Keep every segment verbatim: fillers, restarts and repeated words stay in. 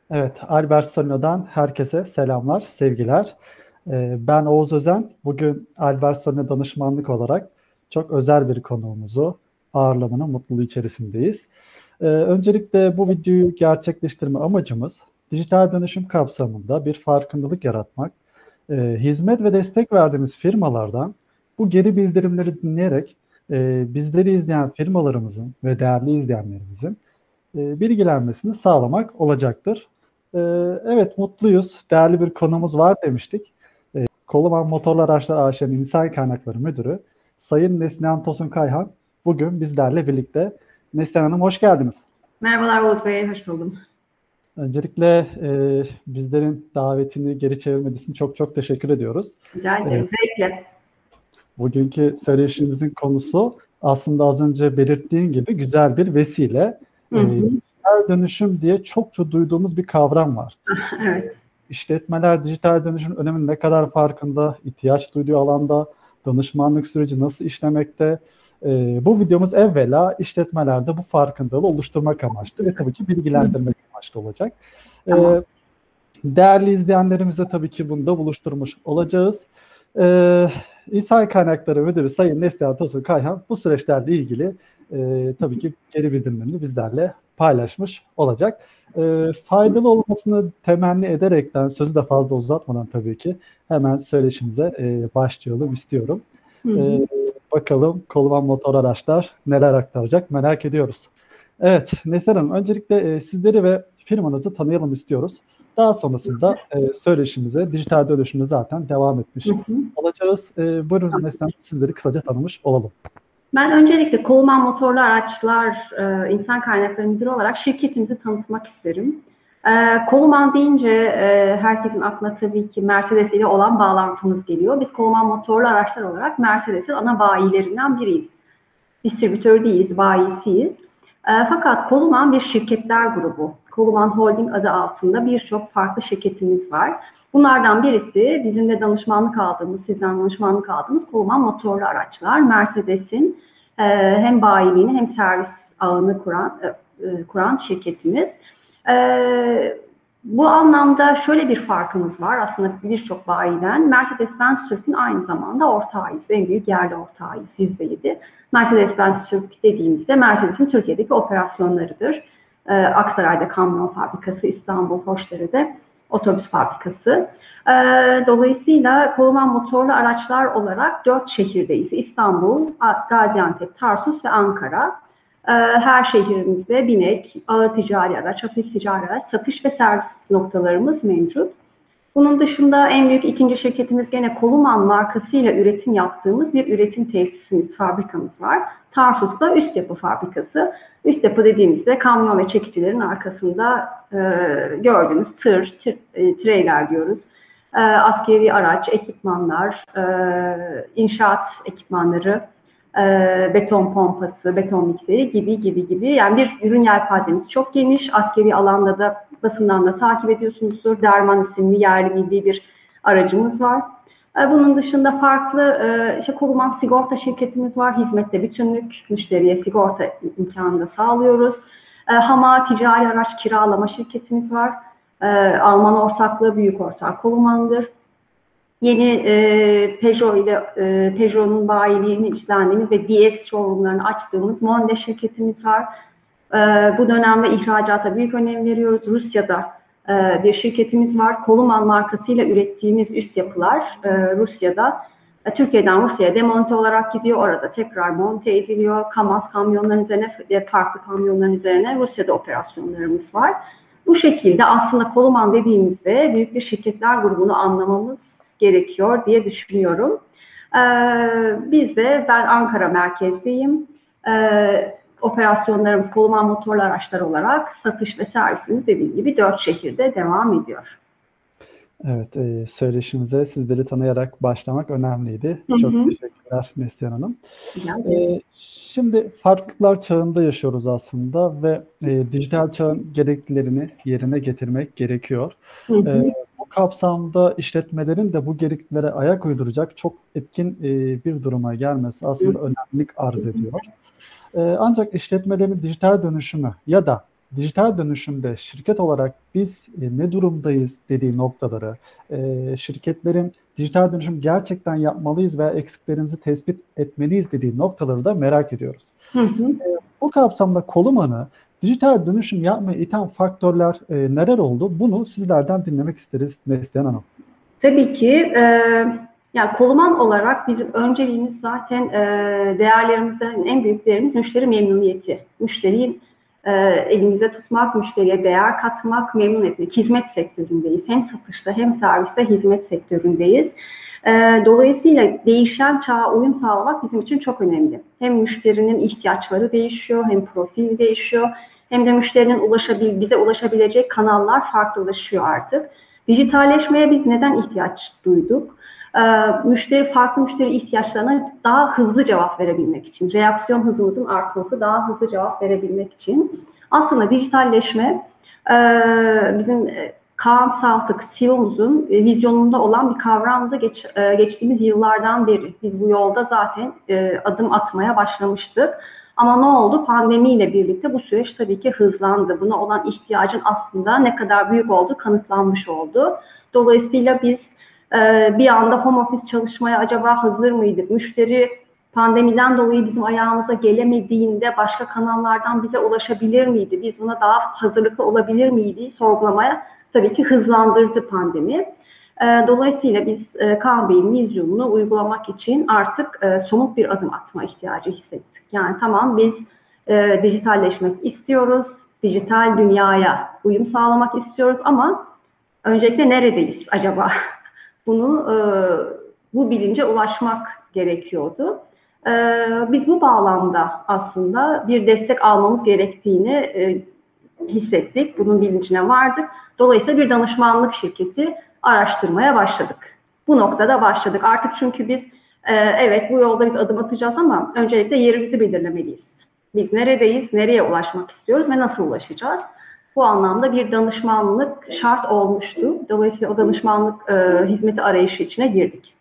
Evet, Albert Solino'dan herkese selamlar, sevgiler. Ee, Ben Oğuz Özen. Bugün Albert Solino danışmanlık olarak çok özel bir konuğumuzu ağırlamanın mutluluğu içerisindeyiz. Ee, öncelikle bu videoyu gerçekleştirme amacımız dijital dönüşüm kapsamında bir farkındalık yaratmak. Ee, hizmet ve destek verdiğimiz firmalardan bu geri bildirimleri dinleyerek e, bizleri izleyen firmalarımızın ve değerli izleyenlerimizin e, bilgilenmesini sağlamak olacaktır. E, evet, mutluyuz. Değerli bir konumuz var demiştik. E, Koluman Motorlu Araçlar A Ş'nin İnsan Kaynakları Müdürü Sayın Neslihan Tosun Kayhan bugün bizlerle birlikte. Neslihan Hanım, hoş geldiniz. Merhabalar Oğuz Bey, hoş buldum. Öncelikle e, bizlerin davetini geri çevirmediğiniz için çok çok teşekkür ediyoruz. Rica E, ederim, zevkle. Bugünkü söyleşimizin konusu aslında az önce belirttiğin gibi güzel bir vesile. Hı E, hı. dijital dönüşüm diye çokça duyduğumuz bir kavram var. Evet, İşletmeler dijital dönüşümün öneminin ne kadar farkında, ihtiyaç duyduğu alanda, danışmanlık süreci nasıl işlemekte? E, bu videomuz evvela işletmelerde bu farkındalığı oluşturmak amaçlı ve tabii ki bilgilendirmek amaçlı olacak. tamam. E, Değerli izleyenlerimize tabii ki bunu da buluşturmuş olacağız. Ee, İnsan Kaynakları Müdürü Sayın Neslihan Tosun Kayhan bu süreçlerle ilgili e, tabii ki geri bildirimlerini bizlerle paylaşmış olacak. E, faydalı olmasını temenni ederekten sözü de fazla uzatmadan tabii ki hemen söyleşimize e, başlayalım istiyorum. Hı hı. E, Bakalım Koluman Motor Araçlar neler aktaracak merak ediyoruz. Evet, Neslihan Hanım, öncelikle e, sizleri ve firmanızı tanıyalım istiyoruz. Daha sonrasında e, söyleşimize, dijital dönüşümüne zaten devam Hı etmiş hı. olacağız. E, buyurunuz Tamam. Neslihan, sizleri kısaca tanımış olalım. Ben öncelikle Coleman Motorlu Araçlar e, İnsan Kaynakları Müdürü olarak şirketimizi tanıtmak isterim. E, Coleman deyince e, herkesin aklına tabii ki Mercedes ile olan bağlantımız geliyor. Biz Coleman Motorlu Araçlar olarak Mercedes'in ana bayilerinden biriyiz. Distribütör değiliz, bayisiyiz. E, fakat Koluman bir şirketler grubu. Koluman Holding adı altında birçok farklı şirketimiz var. Bunlardan birisi bizim de danışmanlık aldığımız, sizden danışmanlık aldığımız Koluman Motorlu Araçlar. Mercedes'in e, hem bayiliğini hem servis ağını kuran, e, e, kuran şirketimiz. E, Bu anlamda şöyle bir farkımız var aslında birçok bayiden. Mercedes-Benz Türk'ün aynı zamanda ortağıyız. En büyük yerli ortağıyız yüzde yedi. Mercedes-Benz Türk dediğimizde Mercedes'in Türkiye'deki operasyonlarıdır. Ee, Aksaray'da kamyon fabrikası, İstanbul Hoşdere'de otobüs fabrikası. Ee, dolayısıyla Koluman motorlu araçlar olarak dört şehirdeyiz. İstanbul, Gaziantep, Tarsus ve Ankara. Ee, her şehrimizde binek, ağır ticari araç, hafif ticari araç, satış ve servis noktalarımız mevcut. Bunun dışında en büyük ikinci şirketimiz gene Koluman markasıyla üretim yaptığımız bir üretim tesisimiz, fabrikamız var. Tarsus'ta üst yapı fabrikası. Üst yapı dediğimizde kamyon ve çekicilerin arkasında e, gördüğünüz tır, tır e, trailer diyoruz. E, askeri araç, ekipmanlar, e, inşaat ekipmanları, e, beton pompası, beton mikseri gibi gibi gibi. Yani bir ürün yelpazemiz çok geniş. Askeri alanda da basından da takip ediyorsunuzdur. Derman isimli yerli milli bir aracımız var. Bunun dışında farklı işte Koluman sigorta şirketimiz var. Hizmette bütünlük, müşteriye sigorta imkanı da sağlıyoruz. Hama ticari araç kiralama şirketimiz var. Alman ortaklığı büyük ortak Koluman'dır. Yeni e, Peugeot ile e, Peugeot'un bayiliğini üstlendiğimiz ve D S showroomlarını açtığımız Monde şirketimiz var. E, bu dönemde ihracata büyük önem veriyoruz. Rusya'da e, bir şirketimiz var. Koluman markasıyla ürettiğimiz üst yapılar e, Rusya'da. E, Türkiye'den Rusya'ya demonte olarak gidiyor. Orada tekrar monte ediliyor. KAMAZ kamyonların üzerine, farklı kamyonların üzerine Rusya'da operasyonlarımız var. Bu şekilde aslında Koluman dediğimizde büyük bir şirketler grubunu anlamamız gerekiyor diye düşünüyorum. Ee, biz de ben Ankara merkezliyim. Ee, operasyonlarımız Koluman motorlu araçlar olarak satış ve servisimiz dediğim gibi dört şehirde devam ediyor. Evet, e, söyleşimize sizleri tanıyarak başlamak önemliydi. Hı Çok hı. teşekkürler Neslihan Hanım. Yani, E, Şimdi farklılıklar çağında yaşıyoruz aslında ve e, dijital çağın gereklilerini yerine getirmek gerekiyor. hı E, hı. Bu kapsamda işletmelerin de bu gereklilere ayak uyduracak çok etkin e, bir duruma gelmesi aslında önemlilik arz ediyor. E, ancak işletmelerin dijital dönüşümü ya da dijital dönüşümde şirket olarak biz e, ne durumdayız dediği noktaları, e, şirketlerin dijital dönüşüm gerçekten yapmalıyız veya eksiklerimizi tespit etmeliyiz dediği noktaları da merak ediyoruz. Hı hı. E, bu kapsamda Koluman'ı dijital dönüşüm yapmaya iten faktörler e, neler oldu? Bunu sizlerden dinlemek isteriz Neslihan Hanım. Tabii ki. E, yani Koluman olarak bizim önceliğimiz zaten e, değerlerimizden en büyüklerimiz müşteri memnuniyeti. Müşteriyi e, elimize tutmak, müşteriye değer katmak, memnun etmek. Hizmet sektöründeyiz. Hem satışta hem serviste hizmet sektöründeyiz. E, dolayısıyla değişen çağa uyum sağlamak bizim için çok önemli. Hem müşterinin ihtiyaçları değişiyor, hem profil değişiyor, hem de müşterinin ulaşabil, bize ulaşabilecek kanallar farklılaşıyor artık. Dijitalleşmeye biz neden ihtiyaç duyduk? Ee, müşteri, farklı müşteri ihtiyaçlarına daha hızlı cevap verebilmek için, reaksiyon hızımızın artması, daha hızlı cevap verebilmek için. Aslında dijitalleşme e, bizim Kaan Saltık, C E O'muzun vizyonunda olan bir kavramdı geç, e, geçtiğimiz yıllardan beri. Biz bu yolda zaten e, adım atmaya başlamıştık. Ama ne oldu? Pandemiyle birlikte bu süreç tabii ki hızlandı. Buna olan ihtiyacın aslında ne kadar büyük olduğu kanıtlanmış oldu. Dolayısıyla biz e, bir anda home office çalışmaya acaba hazır mıydık? Müşteri pandemiden dolayı bizim ayağımıza gelemediğinde başka kanallardan bize ulaşabilir miydi? Biz buna daha hazırlıklı olabilir miydi? Sorgulamaya tabii ki hızlandırdı pandemi. Dolayısıyla biz Kaan Bey'in vizyonunu uygulamak için artık somut bir adım atma ihtiyacı hissettik. Yani tamam biz e, dijitalleşmek istiyoruz, dijital dünyaya uyum sağlamak istiyoruz ama öncelikle neredeyiz acaba? Bunu e, bu bilince ulaşmak gerekiyordu. E, biz bu bağlamda aslında bir destek almamız gerektiğini e, hissettik, bunun bilincine vardık. Dolayısıyla bir danışmanlık şirketi araştırmaya başladık. Bu noktada başladık. Artık çünkü biz e, evet bu yolda biz adım atacağız ama öncelikle yerimizi belirlemeliyiz. Biz neredeyiz, nereye ulaşmak istiyoruz ve nasıl ulaşacağız? Bu anlamda bir danışmanlık şart olmuştu. Dolayısıyla o danışmanlık e, hizmeti arayışı içine girdik.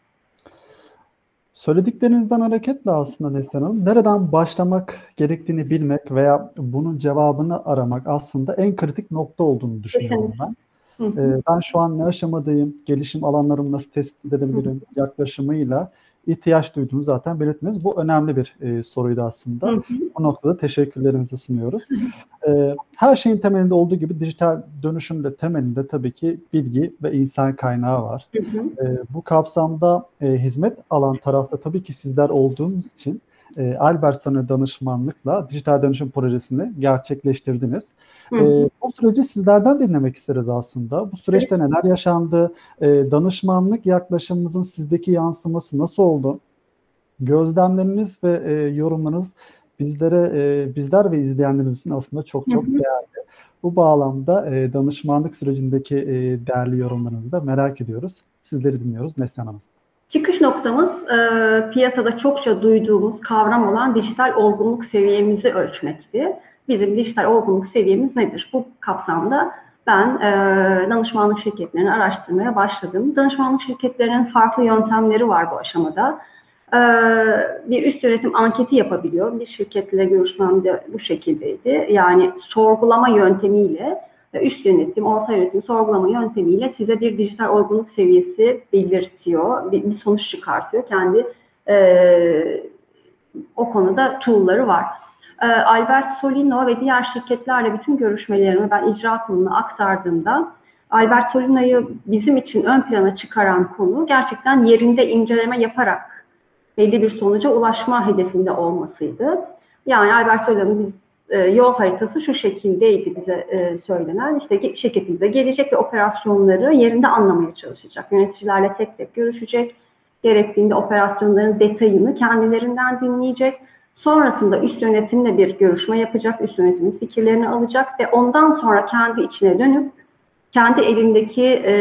Söylediklerinizden hareketle aslında Neslihan Hanım, nereden başlamak gerektiğini bilmek veya bunun cevabını aramak aslında en kritik nokta olduğunu düşünüyorum ben. Hı hı. Ee, ben şu an ne aşamadayım, gelişim alanlarımı nasıl tespit edebilirim yaklaşımıyla ihtiyaç duyduğunu zaten belirttiniz. Bu önemli bir e, soruydu aslında. Hı hı. Bu noktada teşekkürlerimizi sunuyoruz. Ee, her şeyin temelinde olduğu gibi dijital dönüşümde temelinde tabii ki bilgi ve insan kaynağı var. Hı hı. Ee, bu kapsamda e, hizmet alan tarafta tabii ki sizler olduğunuz için e, Albertson'a danışmanlıkla dijital dönüşüm projesini gerçekleştirdiniz. Hı E, hı. bu süreci sizlerden dinlemek isteriz aslında. Bu süreçte neler yaşandı? E, danışmanlık yaklaşımımızın sizdeki yansıması nasıl oldu? Gözlemleriniz ve e, yorumlarınız bizlere, e, bizler ve izleyenlerimizin aslında çok çok Hı hı. değerli. Bu bağlamda e, danışmanlık sürecindeki e, değerli yorumlarınızı da merak ediyoruz. Sizleri dinliyoruz Neslihan Hanım. Çıkış noktamız e, piyasada çokça duyduğumuz kavram olan dijital olgunluk seviyemizi ölçmekti. Bizim dijital olgunluk seviyemiz nedir? Bu kapsamda ben e, danışmanlık şirketlerini araştırmaya başladım. Danışmanlık şirketlerinin farklı yöntemleri var bu aşamada. E, bir üst yönetim anketi yapabiliyor. Bir şirketle görüşmem de bu şekildeydi. Yani sorgulama yöntemiyle üst yönetim, orta yönetim sorgulama yöntemiyle size bir dijital olgunluk seviyesi belirtiyor, bir, bir sonuç çıkartıyor. Kendi e, o konuda tool'ları var. E, Albert Solino ve diğer şirketlerle bütün görüşmelerimi ben icra kuruluna aktardığımda Albert Solino'yu bizim için ön plana çıkaran konu gerçekten yerinde inceleme yaparak belli bir sonuca ulaşma hedefinde olmasıydı. Yani Albert Solino'nun biz E, yol haritası şu şekildeydi bize e, söylenen. İşte şirketimize gelecek ve operasyonları yerinde anlamaya çalışacak. Yöneticilerle tek tek görüşecek. Gerektiğinde operasyonların detayını kendilerinden dinleyecek. Sonrasında üst yönetimle bir görüşme yapacak. Üst yönetimin fikirlerini alacak ve ondan sonra kendi içine dönüp kendi elindeki e,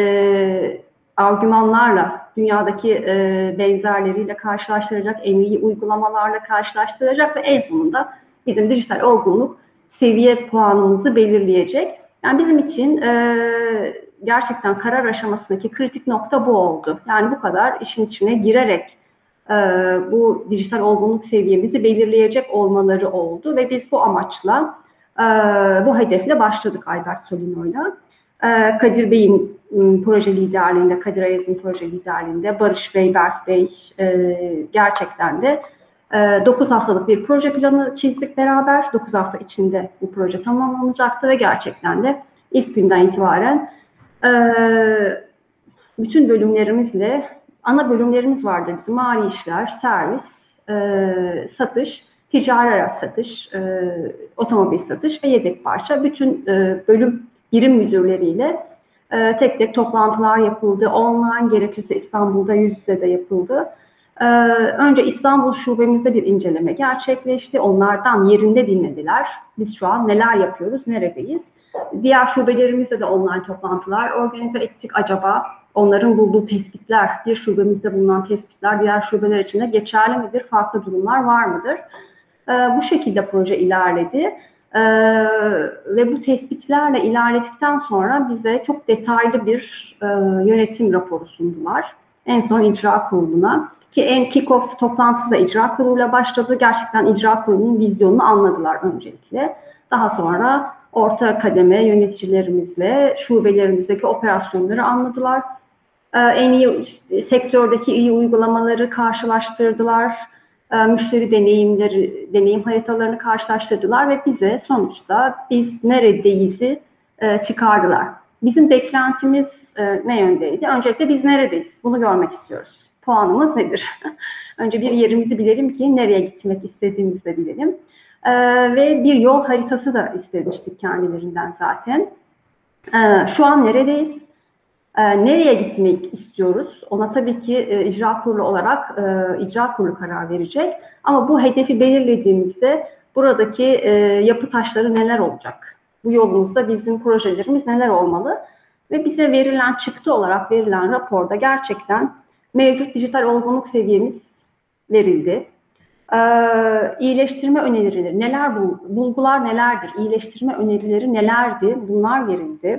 argümanlarla, dünyadaki e, benzerleriyle karşılaştıracak, en iyi uygulamalarla karşılaştıracak ve en sonunda bizim dijital olgunluk seviye puanımızı belirleyecek. Yani bizim için e, gerçekten karar aşamasındaki kritik nokta bu oldu. Yani bu kadar işin içine girerek e, bu dijital olgunluk seviyemizi belirleyecek olmaları oldu ve biz bu amaçla e, bu hedefle başladık Albert Solino'yla. E, Kadir Bey'in m, proje liderliğinde, Kadir Ayaz'ın proje liderliğinde, Barış Bey, Berk Bey e, gerçekten de dokuz haftalık bir proje planı çizdik beraber. dokuz hafta içinde bu proje tamamlanacaktı ve gerçekten de ilk günden itibaren bütün bölümlerimizle, ana bölümlerimiz vardı bizim: mali işler, servis, satış, ticari araç satış, otomobil satış ve yedek parça. Bütün bölüm birim müdürleriyle tek tek toplantılar yapıldı. Online, gerekirse İstanbul'da yüz yüze de yapıldı. Ee, önce İstanbul şubemizde bir inceleme gerçekleşti. Onlardan yerinde dinlediler. Biz şu an neler yapıyoruz, neredeyiz? Diğer şubelerimizde de online toplantılar organize ettik. Acaba onların bulduğu tespitler, bir şubemizde bulunan tespitler diğer şubeler için de geçerli midir? Farklı durumlar var mıdır? Ee, bu şekilde proje ilerledi. Ee, ve bu tespitlerle ilerledikten sonra bize çok detaylı bir e, yönetim raporu sundular. En son icra kuruluna. Ki en kick-off toplantısı da icra kuruluyla başladı. Gerçekten icra kurulunun vizyonunu anladılar öncelikle. Daha sonra orta kademe yöneticilerimizle şubelerimizdeki operasyonları anladılar. Ee, en iyi sektördeki iyi uygulamaları karşılaştırdılar. Ee, müşteri deneyimleri, deneyim haritalarını karşılaştırdılar ve bize sonuçta biz neredeyiz'i e, çıkardılar. Bizim beklentimiz e, ne yöndeydi? Öncelikle biz neredeyiz? Bunu görmek istiyoruz. Puanımız nedir? Önce bir yerimizi bilelim ki nereye gitmek istediğimizi de bilelim. Ee, ve bir yol haritası da istemiştik kendilerinden zaten. Ee, şu an neredeyiz? Ee, nereye gitmek istiyoruz? Ona tabii ki e, icra kurulu olarak e, icra kurulu karar verecek. Ama bu hedefi belirlediğimizde buradaki e, yapı taşları neler olacak? Bu yolumuzda bizim projelerimiz neler olmalı? Ve bize verilen çıktı olarak verilen raporda gerçekten mevcut dijital olgunluk seviyemiz verildi. Ee, iyileştirme önerileri neler, bu bulgular nelerdir? İyileştirme önerileri nelerdi? Bunlar verildi.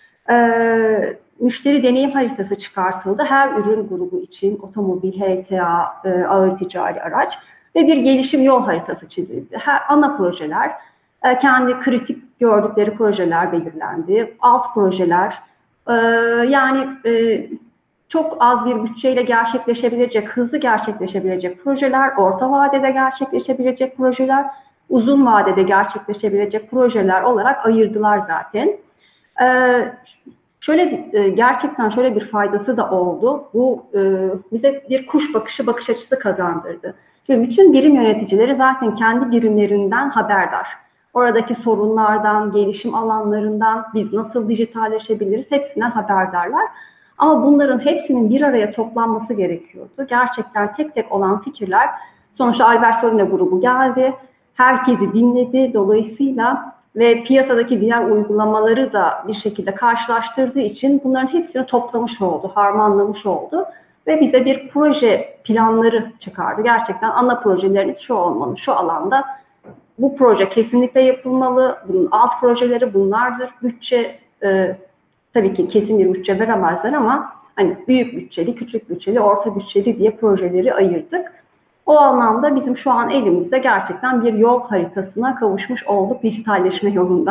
Ee, müşteri deneyim haritası çıkartıldı. Her ürün grubu için otomobil, H T A, e, ağır ticari araç ve bir gelişim yol haritası çizildi. Her ana projeler, e, kendi kritik gördükleri projeler belirlendi. Alt projeler, e, yani e, çok az bir bütçeyle gerçekleşebilecek, hızlı gerçekleşebilecek projeler, orta vadede gerçekleşebilecek projeler, uzun vadede gerçekleşebilecek projeler olarak ayırdılar zaten. Ee, şöyle gerçekten şöyle bir faydası da oldu. Bu e, bize bir kuş bakışı bakış açısı kazandırdı. Şimdi bütün birim yöneticileri zaten kendi birimlerinden haberdar. Oradaki sorunlardan, gelişim alanlarından, biz nasıl dijitalleşebiliriz hepsinden haberdarlar. Ama bunların hepsinin bir araya toplanması gerekiyordu. Gerçekten tek tek olan fikirler, sonuçta Albert Solino grubu geldi, herkesi dinledi. Dolayısıyla ve piyasadaki diğer uygulamaları da bir şekilde karşılaştırdığı için bunların hepsini toplamış oldu, harmanlamış oldu ve bize bir proje planları çıkardı. Gerçekten ana projeleriniz şu olmalı, şu alanda bu proje kesinlikle yapılmalı, bunun alt projeleri bunlardır. Bütçe, e, tabii ki kesin bir bütçe veremezler ama hani büyük bütçeli, küçük bütçeli, orta bütçeli diye projeleri ayırdık. O anlamda bizim şu an elimizde gerçekten bir yol haritasına kavuşmuş olduk dijitalleşme yolunda.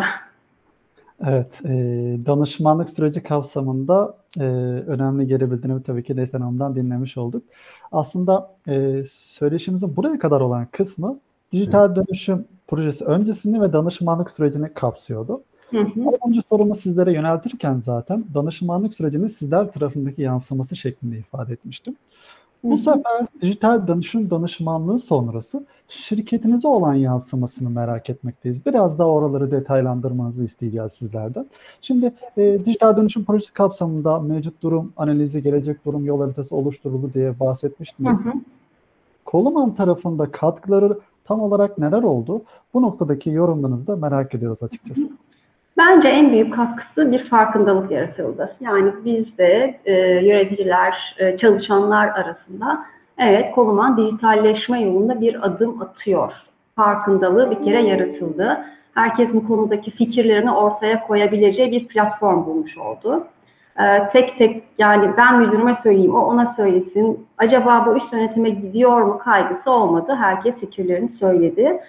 Evet, e, danışmanlık süreci kapsamında e, önemli geri bildirimi tabii ki Neslihan Hanım'dan dinlemiş olduk. Aslında e, söyleşimizin buraya kadar olan kısmı dijital dönüşüm projesi öncesini ve danışmanlık sürecini kapsıyordu. Hı hı. Önce sorumu sizlere yöneltirken zaten danışmanlık sürecinin sizler tarafındaki yansıması şeklinde ifade etmiştim. Bu hı hı. sefer dijital dönüşüm danışmanlığı sonrası şirketinize olan yansımasını merak etmekteyiz. Biraz daha oraları detaylandırmanızı isteyeceğiz sizlerden. Şimdi e, dijital dönüşüm projesi kapsamında mevcut durum analizi, gelecek durum yol haritası oluşturuldu diye bahsetmiştiniz. Hı hı. Koluman tarafında katkıları tam olarak neler oldu? Bu noktadaki yorumlarınızı da merak ediyoruz açıkçası. Hı hı. Bence en büyük katkısı bir farkındalık yaratıldı. Yani biz de e, yöneticiler, e, çalışanlar arasında evet Koluman dijitalleşme yolunda bir adım atıyor. Farkındalığı bir kere yaratıldı. Herkes bu konudaki fikirlerini ortaya koyabileceği bir platform bulmuş oldu. E, tek tek yani ben müdürüme söyleyeyim, o ona söylesin. Acaba bu üst yönetime gidiyor mu kaygısı olmadı. Herkes fikirlerini söyledi.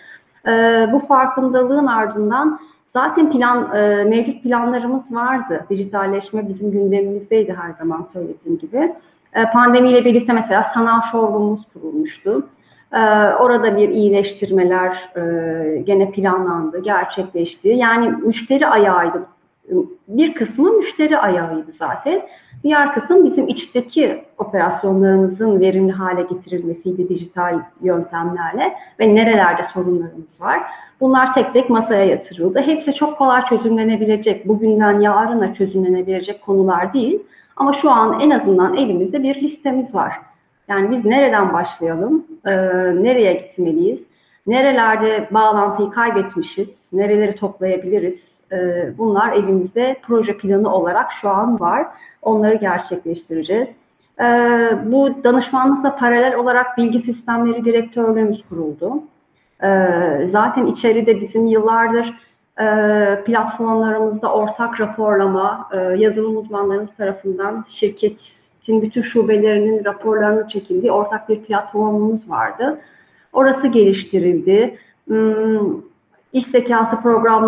E, bu farkındalığın ardından zaten plan e, mevcut planlarımız vardı. Dijitalleşme bizim gündemimizdeydi her zaman söylediğim gibi. E, pandemiyle birlikte mesela sanal showroom'umuz kurulmuştu. E, orada bir iyileştirmeler e, gene planlandı, gerçekleşti. Yani müşteri ayağıydı. Bir kısmı müşteri ayağıydı zaten. Diğer kısım bizim içteki operasyonlarımızın verimli hale getirilmesiydi dijital yöntemlerle ve nerelerde sorunlarımız var. Bunlar tek tek masaya yatırıldı. Hepsi çok kolay çözümlenebilecek, bugünden yarına çözümlenebilecek konular değil. Ama şu an en azından elimizde bir listemiz var. Yani biz nereden başlayalım, e, nereye gitmeliyiz, nerelerde bağlantıyı kaybetmişiz, nereleri toplayabiliriz, e, bunlar elimizde proje planı olarak şu an var. Onları gerçekleştireceğiz. E, bu danışmanlıkla paralel olarak bilgi sistemleri direktörlüğümüz kuruldu. E, zaten içeride bizim yıllardır e, platformlarımızda ortak raporlama, e, yazılım uzmanlarımız tarafından şirketin bütün şubelerinin raporlarını çekildiği ortak bir platformumuz vardı. Orası geliştirildi. Hmm, İş zekası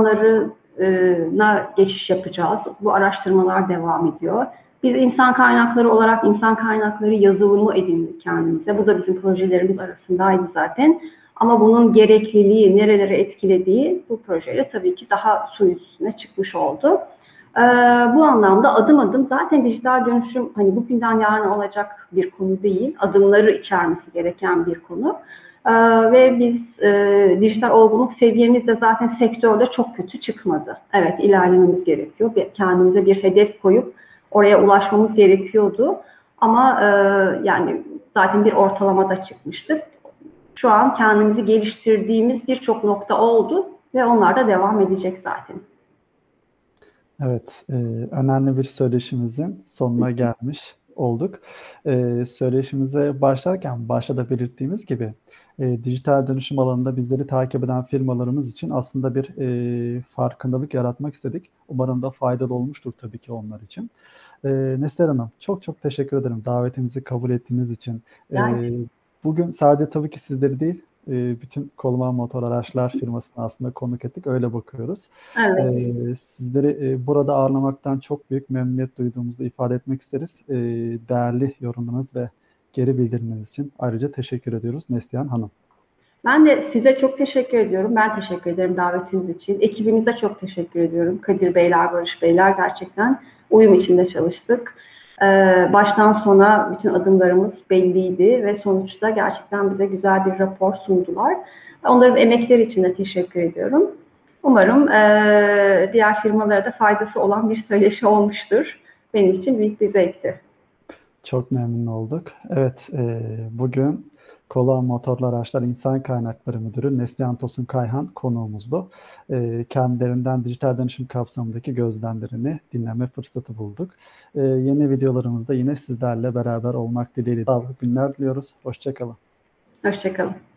programlarına geçiş yapacağız. Bu araştırmalar devam ediyor. Biz insan kaynakları olarak insan kaynakları yazılımı edindik kendimize. Bu da bizim projelerimiz arasındaydı zaten. Ama bunun gerekliliği, nerelere etkilediği bu projeyle tabii ki daha su üstüne çıkmış oldu. Ee, bu anlamda adım adım zaten dijital dönüşüm hani bugünden yarına olacak bir konu değil. Adımları içermesi gereken bir konu. Ee, ve biz e, dijital olgunluk seviyemiz de zaten sektörde çok kötü çıkmadı. Evet, ilerlememiz gerekiyor. Bir, kendimize bir hedef koyup oraya ulaşmamız gerekiyordu. Ama e, yani zaten bir ortalamada çıkmıştık. Şu an kendimizi geliştirdiğimiz birçok nokta oldu ve onlar da devam edecek zaten. Evet, e, önemli bir söyleşimizin sonuna gelmiş olduk. E, söyleşimize başlarken başta da belirttiğimiz gibi e, dijital dönüşüm alanında bizleri takip eden firmalarımız için aslında bir e, farkındalık yaratmak istedik. Umarım da faydalı olmuştur tabii ki onlar için. E, Neslihan Hanım, çok çok teşekkür ederim davetimizi kabul ettiğiniz için. E, Yani bugün sadece tabii ki sizleri değil, e, bütün Koluman Motor Araçlar firmasını aslında konuk ettik, öyle bakıyoruz. evet. Ee, sizleri e, burada ağırlamaktan çok büyük memnuniyet duyduğumuzu ifade etmek isteriz. Ee, değerli yorumlarınız ve geri bildirimleriniz için ayrıca teşekkür ediyoruz Neslihan Hanım. Ben de size çok teşekkür ediyorum. Ben teşekkür ederim davetiniz için. Ekibimize çok teşekkür ediyorum. Kadir Beyler, Barış Beyler gerçekten uyum içinde çalıştık. Ee, baştan sona bütün adımlarımız belliydi ve sonuçta gerçekten bize güzel bir rapor sundular. Onların emekleri için de teşekkür ediyorum. Umarım e, diğer firmalara da faydası olan bir söyleşi olmuştur. Benim için büyük bir zevkti. Çok memnun olduk. Evet, e, bugün Kola Motorlu Araçlar İnsan Kaynakları Müdürü Neslihan Tosun Kayhan konuğumuzdu. E, kendilerinden dijital dönüşüm kapsamındaki gözlemlerini dinleme fırsatı bulduk. E, yeni videolarımızda yine sizlerle beraber olmak dileğiyle. Sağlıklı günler diliyoruz. Hoşça kalın. Hoşça kalın.